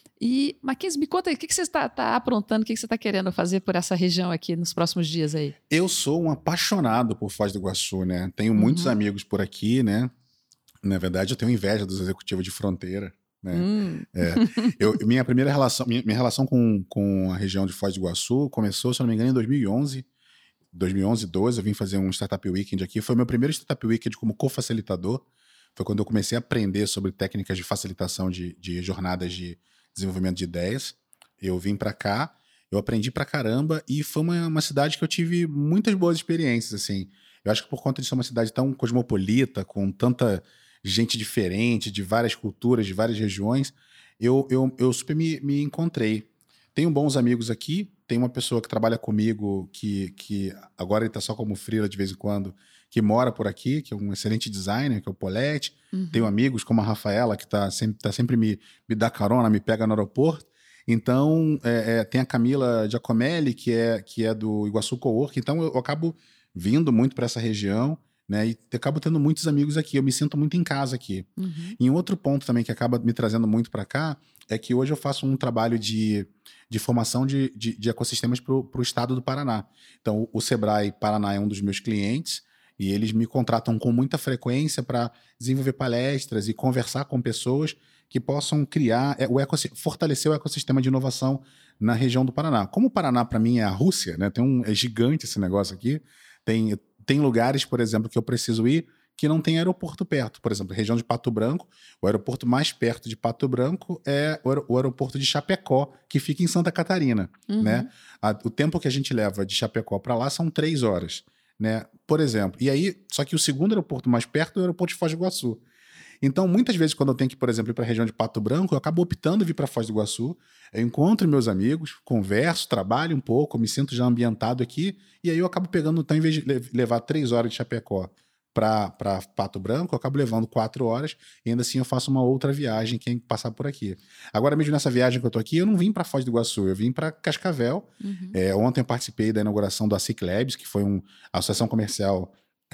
E, Mackenzie, me conta aí, o que, que você está tá aprontando, o que, que você está querendo fazer por essa região aqui nos próximos dias aí? Eu sou um apaixonado por Foz do Iguaçu, né? Tenho muitos Uhum. amigos por aqui, né? Na verdade, eu tenho inveja dos executivos de fronteira, né? Hum. É, eu, minha primeira relação, minha, minha relação com, com a região de Foz do Iguaçu começou, se eu não me engano, em dois mil e onze. dois mil e onze, doze, eu vim fazer um Startup Weekend aqui. Foi meu primeiro Startup Weekend como co-facilitador. Foi quando eu comecei a aprender sobre técnicas de facilitação de, de jornadas de desenvolvimento de ideias. Eu vim para cá, eu aprendi pra caramba e foi uma, uma cidade que eu tive muitas boas experiências, assim. Eu acho que por conta de ser uma cidade tão cosmopolita, com tanta gente diferente, de várias culturas, de várias regiões, eu, eu, eu super me, me encontrei. Tenho bons amigos aqui, tem uma pessoa que trabalha comigo, que, que agora ele está só como freela de vez em quando, que mora por aqui, que é um excelente designer, que é o Polete. Uhum. Tenho amigos como a Rafaela, que está sempre, tá sempre me, me dá carona, me pega no aeroporto. Então, é, é, tem a Camila Giacomelli, que é, que é do Iguaçu Cowork. Então, eu, eu acabo vindo muito para essa região, né? E acabo tendo muitos amigos aqui. Eu me sinto muito em casa aqui. Uhum. E um outro ponto também que acaba me trazendo muito para cá é que hoje eu faço um trabalho de, de formação de, de, de ecossistemas para o estado do Paraná. Então, o Sebrae Paraná é um dos meus clientes e eles me contratam com muita frequência para desenvolver palestras e conversar com pessoas que possam criar, o ecossistema, fortalecer o ecossistema de inovação na região do Paraná. Como o Paraná, para mim, é a Rússia, né? Tem um, é gigante esse negócio aqui. Tem, tem lugares, por exemplo, que eu preciso ir que não tem aeroporto perto. Por exemplo, região de Pato Branco, o aeroporto mais perto de Pato Branco é o, aer o aeroporto de Chapecó, que fica em Santa Catarina. Uhum. Né? A, o tempo que a gente leva de Chapecó para lá são três horas. Né? Por exemplo. E aí, só que o segundo aeroporto mais perto é o aeroporto de Foz do Iguaçu. Então, muitas vezes, quando eu tenho que, por exemplo, ir para a região de Pato Branco, eu acabo optando vir para Foz do Iguaçu, eu encontro meus amigos, converso, trabalho um pouco, me sinto já ambientado aqui, e aí eu acabo pegando, então, em vez de levar três horas de Chapecó para Pato Branco, eu acabo levando quatro horas, e ainda assim eu faço uma outra viagem, quem passar por aqui. Agora mesmo nessa viagem que eu tô aqui, eu não vim para Foz do Iguaçu, eu vim para Cascavel. Uhum. É, ontem eu participei da inauguração do ASIC Labs, que foi uma associação comercial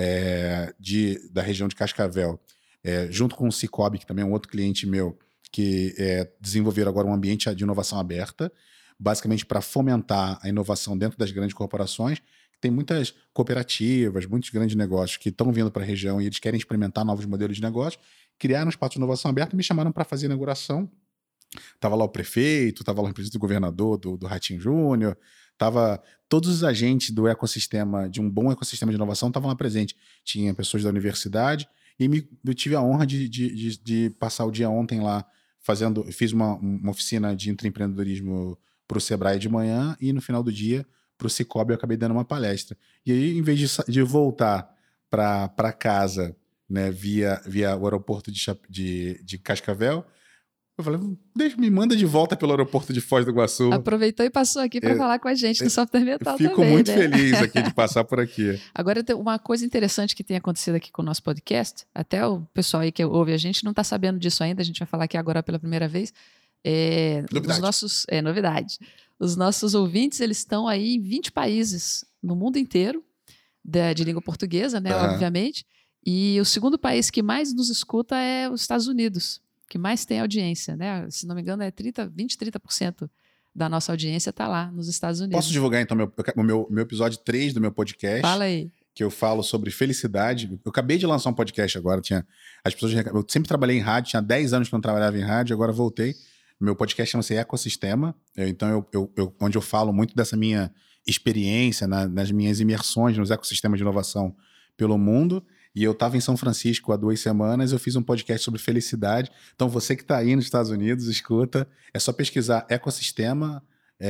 é, de, da região de Cascavel, É, junto com o Cicobi, que também é um outro cliente meu, que é, desenvolveram agora um ambiente de inovação aberta, basicamente para fomentar a inovação dentro das grandes corporações. Tem muitas cooperativas, muitos grandes negócios que estão vindo para a região e eles querem experimentar novos modelos de negócio, criaram um espaço de inovação aberta e me chamaram para fazer a inauguração. Estava lá o prefeito, estava lá o representante do governador, do, do Ratinho Júnior, estava todos os agentes do ecossistema, de um bom ecossistema de inovação, estavam lá presentes. Tinha pessoas da universidade. E me, eu tive a honra de, de, de, de passar o dia ontem lá fazendo... Fiz uma, uma oficina de intraempreendedorismo para o Sebrae de manhã e no final do dia, para o Cicobi, eu acabei dando uma palestra. E aí, em vez de, de voltar para casa, né, via, via o aeroporto de, de, de Cascavel, eu falei, deixa, me manda de volta pelo aeroporto de Foz do Iguaçu. Aproveitou e passou aqui para é, falar com a gente do é, Software Mental fico também. Fico muito né? feliz aqui de passar por aqui. Agora, uma coisa interessante que tem acontecido aqui com o nosso podcast, até o pessoal aí que ouve a gente não está sabendo disso ainda, a gente vai falar aqui agora pela primeira vez. É, novidade. Os nossos, é, novidade. Os nossos ouvintes, eles estão aí em vinte países no mundo inteiro, de, de língua portuguesa, né, uhum. obviamente. E o segundo país que mais nos escuta é os Estados Unidos, que mais tem audiência, né? Se não me engano, é trinta, vinte, trinta por cento da nossa audiência está lá nos Estados Unidos. Posso divulgar, então, meu, o meu, meu episódio três do meu podcast? Fala aí. Que eu falo sobre felicidade. Eu acabei de lançar um podcast agora. Tinha, as pessoas, eu sempre trabalhei em rádio, tinha dez anos que eu não trabalhava em rádio, agora voltei. Meu podcast chama-se Ecossistema. Eu, então, eu, eu, eu, onde eu falo muito dessa minha experiência, na, nas minhas imersões nos ecossistemas de inovação pelo mundo. E eu estava em São Francisco há duas semanas, eu fiz um podcast sobre felicidade. Então, você que está aí nos Estados Unidos, escuta, é só pesquisar Ecossistema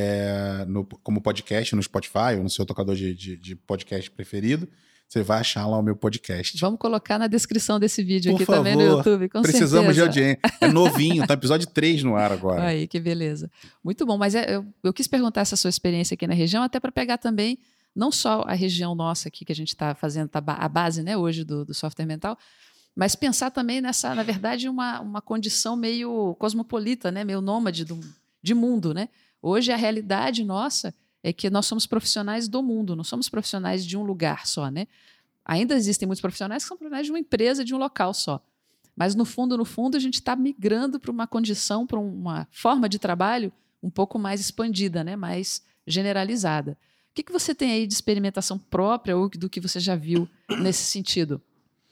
é, no, como podcast no Spotify ou no seu tocador de, de, de podcast preferido. Você vai achar lá o meu podcast. Vamos colocar na descrição desse vídeo Por aqui favor, também no YouTube, com precisamos certeza. de audiência. É novinho, tá episódio três no ar agora. Aí, que beleza. Muito bom, mas é, eu, eu quis perguntar essa sua experiência aqui na região, até para pegar também não só a região nossa aqui, que a gente está fazendo, tá a base, né, hoje do, do Software Mental, Mas pensar também nessa, na verdade, uma, uma condição meio cosmopolita, né? Meio nômade do, de mundo, né? Hoje a realidade nossa é que nós somos profissionais do mundo, não somos profissionais de um lugar só, né? Ainda existem muitos profissionais que são profissionais de uma empresa, de um local só. Mas, no fundo, no fundo, a gente está migrando para uma condição, para uma forma de trabalho um pouco mais expandida, né? Mais generalizada. O que, que você tem aí de experimentação própria ou do que você já viu nesse sentido?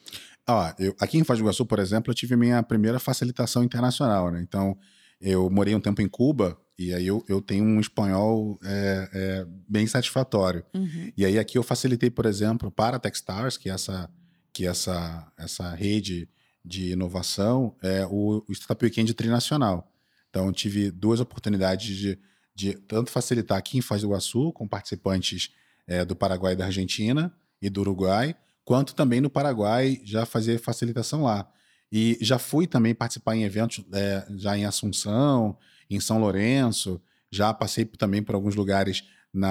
Ó, eu, aqui em Foz do Iguaçu, por exemplo, eu tive minha primeira facilitação internacional, né? Então, eu morei um tempo em Cuba e aí eu, eu tenho um espanhol é, é, bem satisfatório. Uhum. E aí aqui eu facilitei, por exemplo, para a Techstars, que é essa, que é essa, essa rede de inovação, é o, o Startup Weekend trinacional. Então, eu tive duas oportunidades de, de tanto facilitar aqui em Foz do Iguaçu, com participantes é, do Paraguai e da Argentina e do Uruguai, quanto também no Paraguai, já fazer facilitação lá. E já fui também participar em eventos é, já em Assunção, em São Lourenço, já passei também por alguns lugares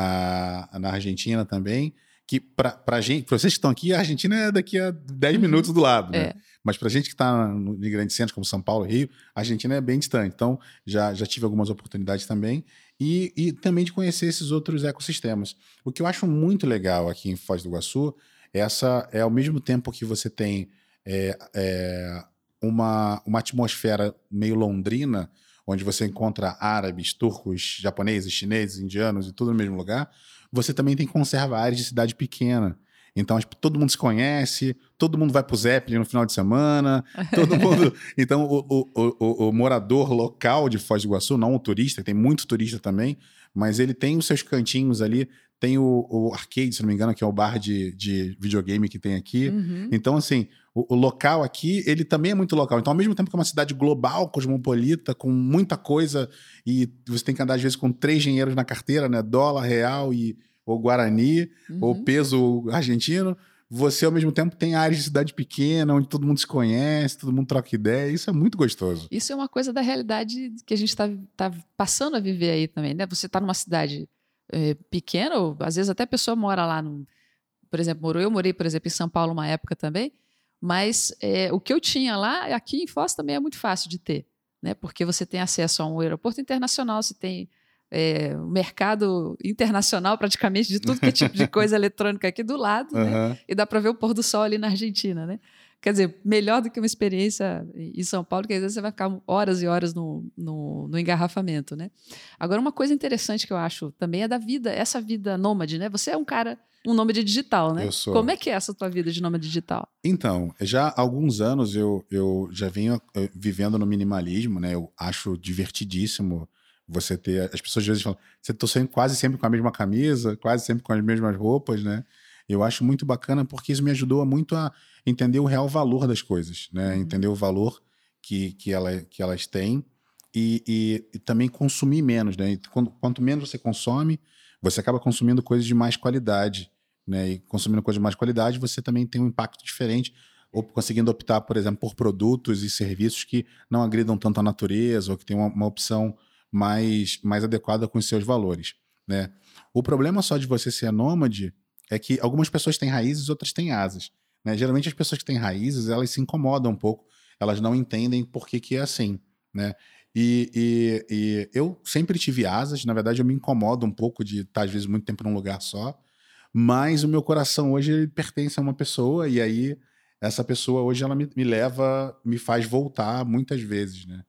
na, na Argentina também, que para gente, para vocês que estão aqui, a Argentina é daqui a dez Uhum. minutos do lado, né? É. Mas para gente que está em grandes centros como São Paulo, Rio, a Argentina é bem distante. Então, já, já tive algumas oportunidades também e, e também de conhecer esses outros ecossistemas. O que eu acho muito legal aqui em Foz do Iguaçu, essa é ao mesmo tempo que você tem é, é, uma, uma atmosfera meio londrina, onde você encontra árabes, turcos, japoneses, chineses, indianos e tudo no mesmo lugar, você também tem conserva áreas de cidade pequena. Então, tipo, todo mundo se conhece, todo mundo vai pro Zeppelin no final de semana, todo mundo... Então, o, o, o, o morador local de Foz do Iguaçu, não o turista, tem muito turista também, mas ele tem os seus cantinhos ali, tem o, o arcade, se não me engano, que é o bar de, de videogame que tem aqui. Uhum. Então, assim, o, o local aqui, ele também é muito local. Então, ao mesmo tempo que é uma cidade global, cosmopolita, com muita coisa, e você tem que andar, às vezes, com três dinheiros na carteira, né? Dólar, real e... ou Guarani, Uhum. ou peso argentino, você ao mesmo tempo tem áreas de cidade pequena, onde todo mundo se conhece, todo mundo troca ideia, isso é muito gostoso. Isso é uma coisa da realidade que a gente está tá passando a viver aí também, né? Você está numa cidade é, pequena, ou às vezes até a pessoa mora lá, no, por exemplo, morou, eu morei, por exemplo, em São Paulo uma época também, mas é, o que eu tinha lá, aqui em Foz também é muito fácil de ter, né? Porque você tem acesso a um aeroporto internacional, você tem É, o mercado internacional praticamente de tudo que é tipo de coisa eletrônica aqui do lado, Uhum. né? E dá para ver o pôr do sol ali na Argentina, né? Quer dizer, melhor do que uma experiência em São Paulo, que às vezes você vai ficar horas e horas no, no, no engarrafamento, né? Agora, uma coisa interessante que eu acho também é da vida, essa vida nômade, né? Você é um cara, um nômade digital, né? Eu sou. Como é que é essa tua vida de nômade digital? Então, já há alguns anos eu, eu já venho eu, vivendo no minimalismo, né? Eu acho divertidíssimo você ter... As pessoas às vezes falam, você está sempre, quase sempre com a mesma camisa, quase sempre com as mesmas roupas, né? Eu acho muito bacana porque isso me ajudou muito a entender o real valor das coisas, né? Uhum. Entender o valor que, que, ela, que elas têm e, e, e também consumir menos, né? E quanto, quanto menos você consome, você acaba consumindo coisas de mais qualidade, né? E consumindo coisas de mais qualidade, você também tem um impacto diferente, ou conseguindo optar, por exemplo, por produtos e serviços que não agridam tanto a natureza, ou que tem uma, uma opção mais, mais adequada com os seus valores, né? O problema só de você ser nômade é que algumas pessoas têm raízes, outras têm asas, né? Geralmente as pessoas que têm raízes, elas se incomodam um pouco, elas não entendem por que, que é assim, né? E, e, e eu sempre tive asas, na verdade eu me incomodo um pouco de estar às vezes muito tempo num lugar só, mas o meu coração hoje ele pertence a uma pessoa e aí essa pessoa hoje ela me, me leva, me faz voltar muitas vezes, né?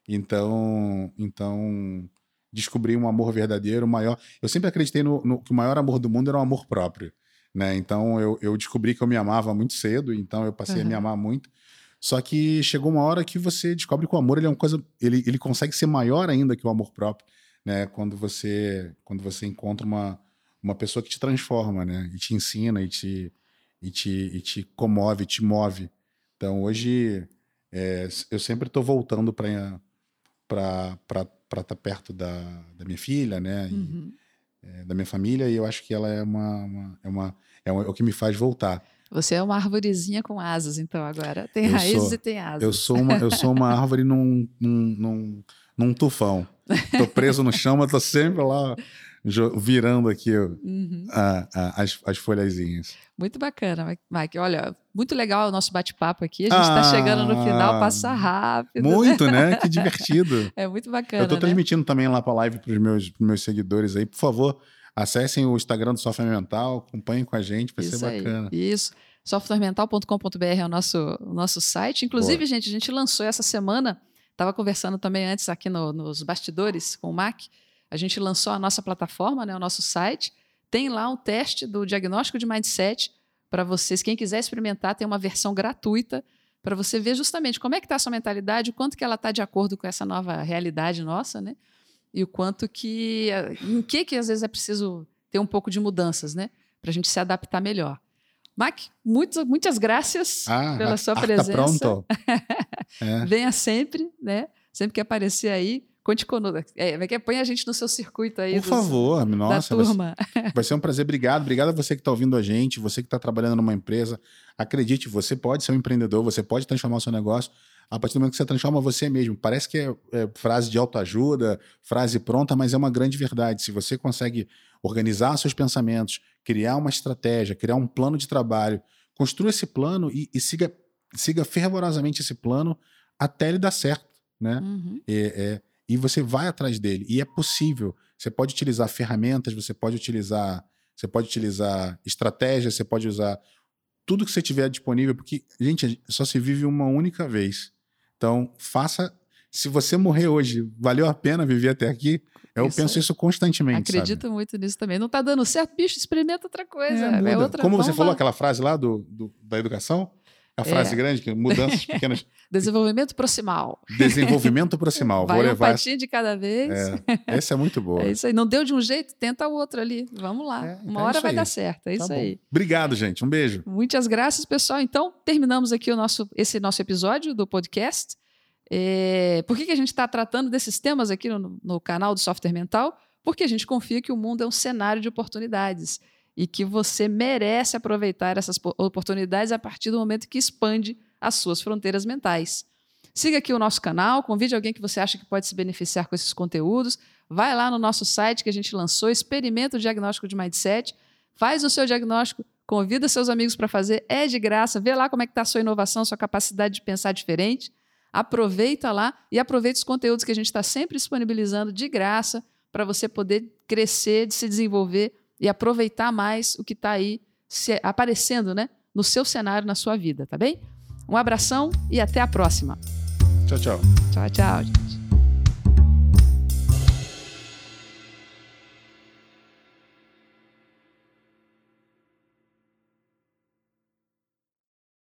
Então, então descobri um amor verdadeiro, maior. Eu sempre acreditei no, no, que o maior amor do mundo era o amor próprio, né? Então eu, eu descobri que eu me amava muito cedo, então eu passei uhum. a me amar muito. Só que chegou uma hora que você descobre que o amor ele é uma coisa, ele, ele consegue ser maior ainda que o amor próprio, né? Quando você, quando você encontra uma, uma pessoa que te transforma, né? E te ensina e te, e te, e te comove, te move. Então hoje é, eu sempre estou voltando para para estar perto da, da minha filha, né? E, Uhum. é, da minha família, e eu acho que ela é uma, uma, é, uma, é, uma, é o que me faz voltar. Você é uma arvorezinha com asas, então, agora. Tem eu raízes sou, e tem asas. Eu sou uma, eu sou uma árvore num, num, num, num tufão. Tô preso no chão, mas tô sempre lá virando aqui uhum. a, a, as, as folhazinhas. Muito bacana, Mike. Olha, muito legal o nosso bate-papo aqui. A gente está ah, chegando no final, passa rápido. Muito, né? né? Que divertido. É muito bacana. Eu estou né? transmitindo também lá para a live para os meus, meus seguidores aí. Por favor, acessem o Instagram do Software Mental, acompanhem com a gente, vai Isso ser bacana. Aí, isso. software mental ponto com ponto b r é o nosso, o nosso site. Inclusive, Boa. gente, a gente lançou essa semana, estava conversando também antes aqui no, nos bastidores com o Mac, a gente lançou a nossa plataforma, né, o nosso site, tem lá um teste do diagnóstico de mindset para vocês, quem quiser experimentar, tem uma versão gratuita para você ver justamente como é que está a sua mentalidade, o quanto que ela está de acordo com essa nova realidade nossa, né? E o quanto que, em que que às vezes é preciso ter um pouco de mudanças, né? Para a gente se adaptar melhor. Mac, muitas, muitas graças ah, pela sua ah, presença. Tá pronto. é. Venha sempre, né? Sempre que aparecer aí, conte conosco. É, põe a gente no seu circuito aí. Por dos, favor, nossa. Da turma. Vai ser, vai ser um prazer. Obrigado. Obrigado a você que está ouvindo a gente, você que está trabalhando numa empresa. Acredite, você pode ser um empreendedor, você pode transformar o seu negócio a partir do momento que você transforma você mesmo. Parece que é, é frase de autoajuda, frase pronta, mas é uma grande verdade. Se você consegue organizar seus pensamentos, criar uma estratégia, criar um plano de trabalho, construa esse plano e, e siga, siga fervorosamente esse plano até ele dar certo, né? Uhum. É, é, e você vai atrás dele. E é possível. Você pode utilizar ferramentas, você pode utilizar, você pode utilizar estratégias, você pode usar tudo que você tiver disponível, porque, gente, só se vive uma única vez. Então, faça... Se você morrer hoje, valeu a pena viver até aqui? Eu isso penso é. isso constantemente, Acredito sabe? muito nisso também. Não tá dando certo, bicho, experimenta outra coisa. É, é outra, Como você vamos falou, lá. aquela frase lá do, do, da educação? A frase é. grande, que mudanças pequenas... Desenvolvimento proximal. Desenvolvimento proximal. Vai Vou um levar... patinho de cada vez. É. Essa é muito boa. É isso aí. Não deu de um jeito, tenta o outro ali. Vamos lá. É, Uma é hora vai aí. dar certo. É tá isso bom. aí. Obrigado, gente. Um beijo. Muitas graças, pessoal. Então, terminamos aqui o nosso, esse nosso episódio do podcast. É... Por que, que a gente está tratando desses temas aqui no, no canal do Software Mental? Porque a gente confia que o mundo é um cenário de oportunidades e que você merece aproveitar essas oportunidades a partir do momento que expande as suas fronteiras mentais. Siga aqui o nosso canal, convide alguém que você acha que pode se beneficiar com esses conteúdos, vai lá no nosso site que a gente lançou, experimenta o diagnóstico de mindset, faz o seu diagnóstico, convida seus amigos para fazer, é de graça, vê lá como é que está a sua inovação, sua capacidade de pensar diferente, aproveita lá e aproveita os conteúdos que a gente está sempre disponibilizando de graça para você poder crescer, se desenvolver e aproveitar mais o que está aí se, aparecendo, né, no seu cenário, na sua vida, tá bem? Um abração e até a próxima. Tchau, tchau. Tchau, tchau.